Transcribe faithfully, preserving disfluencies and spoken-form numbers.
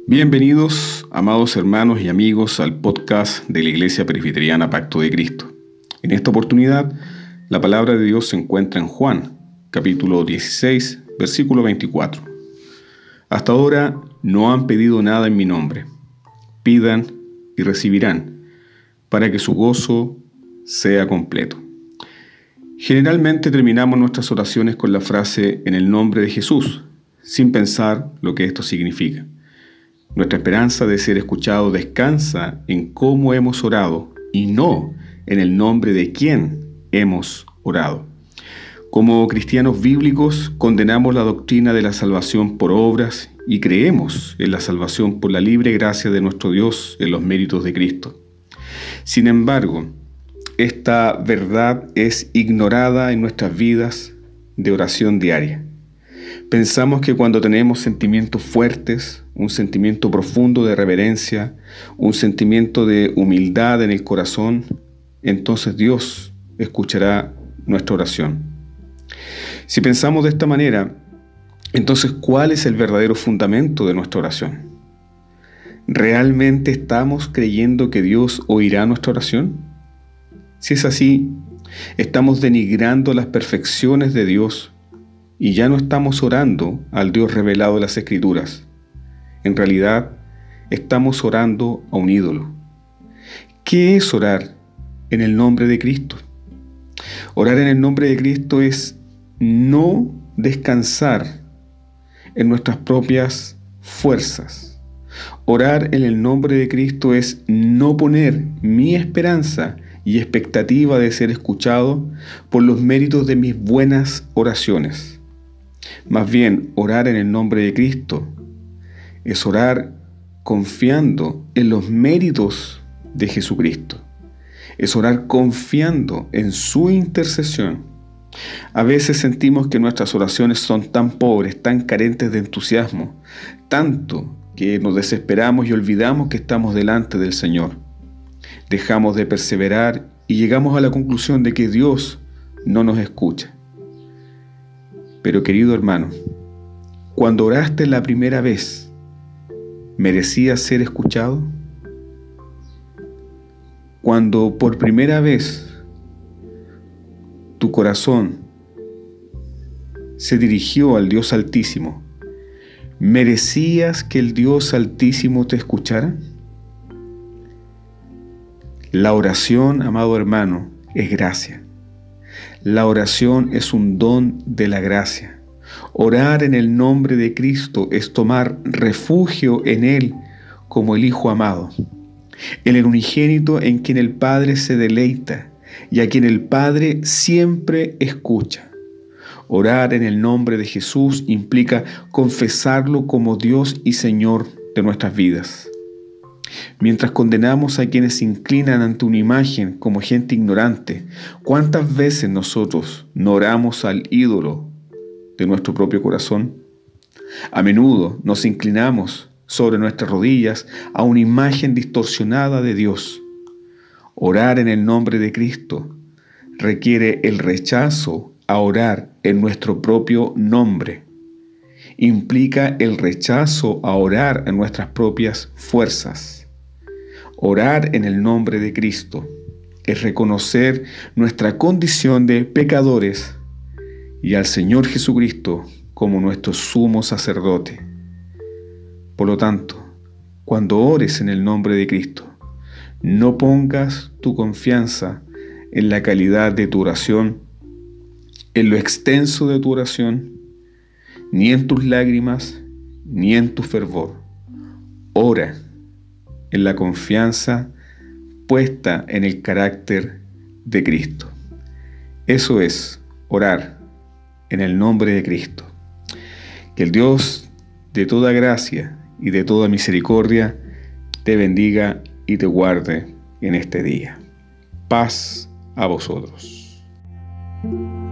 Bienvenidos, amados hermanos y amigos, al podcast de la Iglesia Presbiteriana Pacto de Cristo. En esta oportunidad, la palabra de Dios se encuentra en Juan, capítulo dieciséis, versículo veinticuatro. Hasta ahora no han pedido nada en mi nombre. Pidan y recibirán, para que su gozo sea completo. Generalmente terminamos nuestras oraciones con la frase "en el nombre de Jesús", sin pensar lo que esto significa. Nuestra esperanza de ser escuchado descansa en cómo hemos orado y no en el nombre de quién hemos orado. Como cristianos bíblicos, condenamos la doctrina de la salvación por obras y creemos en la salvación por la libre gracia de nuestro Dios en los méritos de Cristo. Sin embargo, esta verdad es ignorada en nuestras vidas de oración diaria. Pensamos que cuando tenemos sentimientos fuertes, un sentimiento profundo de reverencia, un sentimiento de humildad en el corazón, entonces Dios escuchará nuestra oración. Si pensamos de esta manera, entonces ¿cuál es el verdadero fundamento de nuestra oración? ¿Realmente estamos creyendo que Dios oirá nuestra oración? Si es así, estamos denigrando las perfecciones de Dios y ya no estamos orando al Dios revelado en las Escrituras. En realidad, estamos orando a un ídolo. ¿Qué es orar en el nombre de Cristo? Orar en el nombre de Cristo es no descansar en nuestras propias fuerzas. Orar en el nombre de Cristo es no poner mi esperanza y expectativa de ser escuchado por los méritos de mis buenas oraciones. Más bien, orar en el nombre de Cristo es orar confiando en los méritos de Jesucristo. Es orar confiando en su intercesión. A veces sentimos que nuestras oraciones son tan pobres, tan carentes de entusiasmo, tanto que nos desesperamos y olvidamos que estamos delante del Señor. Dejamos de perseverar y llegamos a la conclusión de que Dios no nos escucha. Pero querido hermano, cuando oraste la primera vez, ¿merecías ser escuchado? Cuando por primera vez tu corazón se dirigió al Dios Altísimo, ¿merecías que el Dios Altísimo te escuchara? La oración, amado hermano, es gracia. La oración es un don de la gracia. Orar en el nombre de Cristo es tomar refugio en Él como el Hijo amado, en el unigénito en quien el Padre se deleita y a quien el Padre siempre escucha. Orar en el nombre de Jesús implica confesarlo como Dios y Señor de nuestras vidas. Mientras condenamos a quienes se inclinan ante una imagen como gente ignorante, ¿cuántas veces nosotros no oramos al ídolo de nuestro propio corazón? A menudo nos inclinamos sobre nuestras rodillas a una imagen distorsionada de Dios. Orar en el nombre de Cristo requiere el rechazo a orar en nuestro propio nombre. Implica el rechazo a orar en nuestras propias fuerzas. Orar en el nombre de Cristo es reconocer nuestra condición de pecadores y al Señor Jesucristo como nuestro sumo sacerdote. Por lo tanto, cuando ores en el nombre de Cristo, no pongas tu confianza en la calidad de tu oración, en lo extenso de tu oración, ni en tus lágrimas, ni en tu fervor. Ora en la confianza puesta en el carácter de Cristo. Eso es orar en el nombre de Cristo. Que el Dios de toda gracia y de toda misericordia te bendiga y te guarde en este día. Paz a vosotros.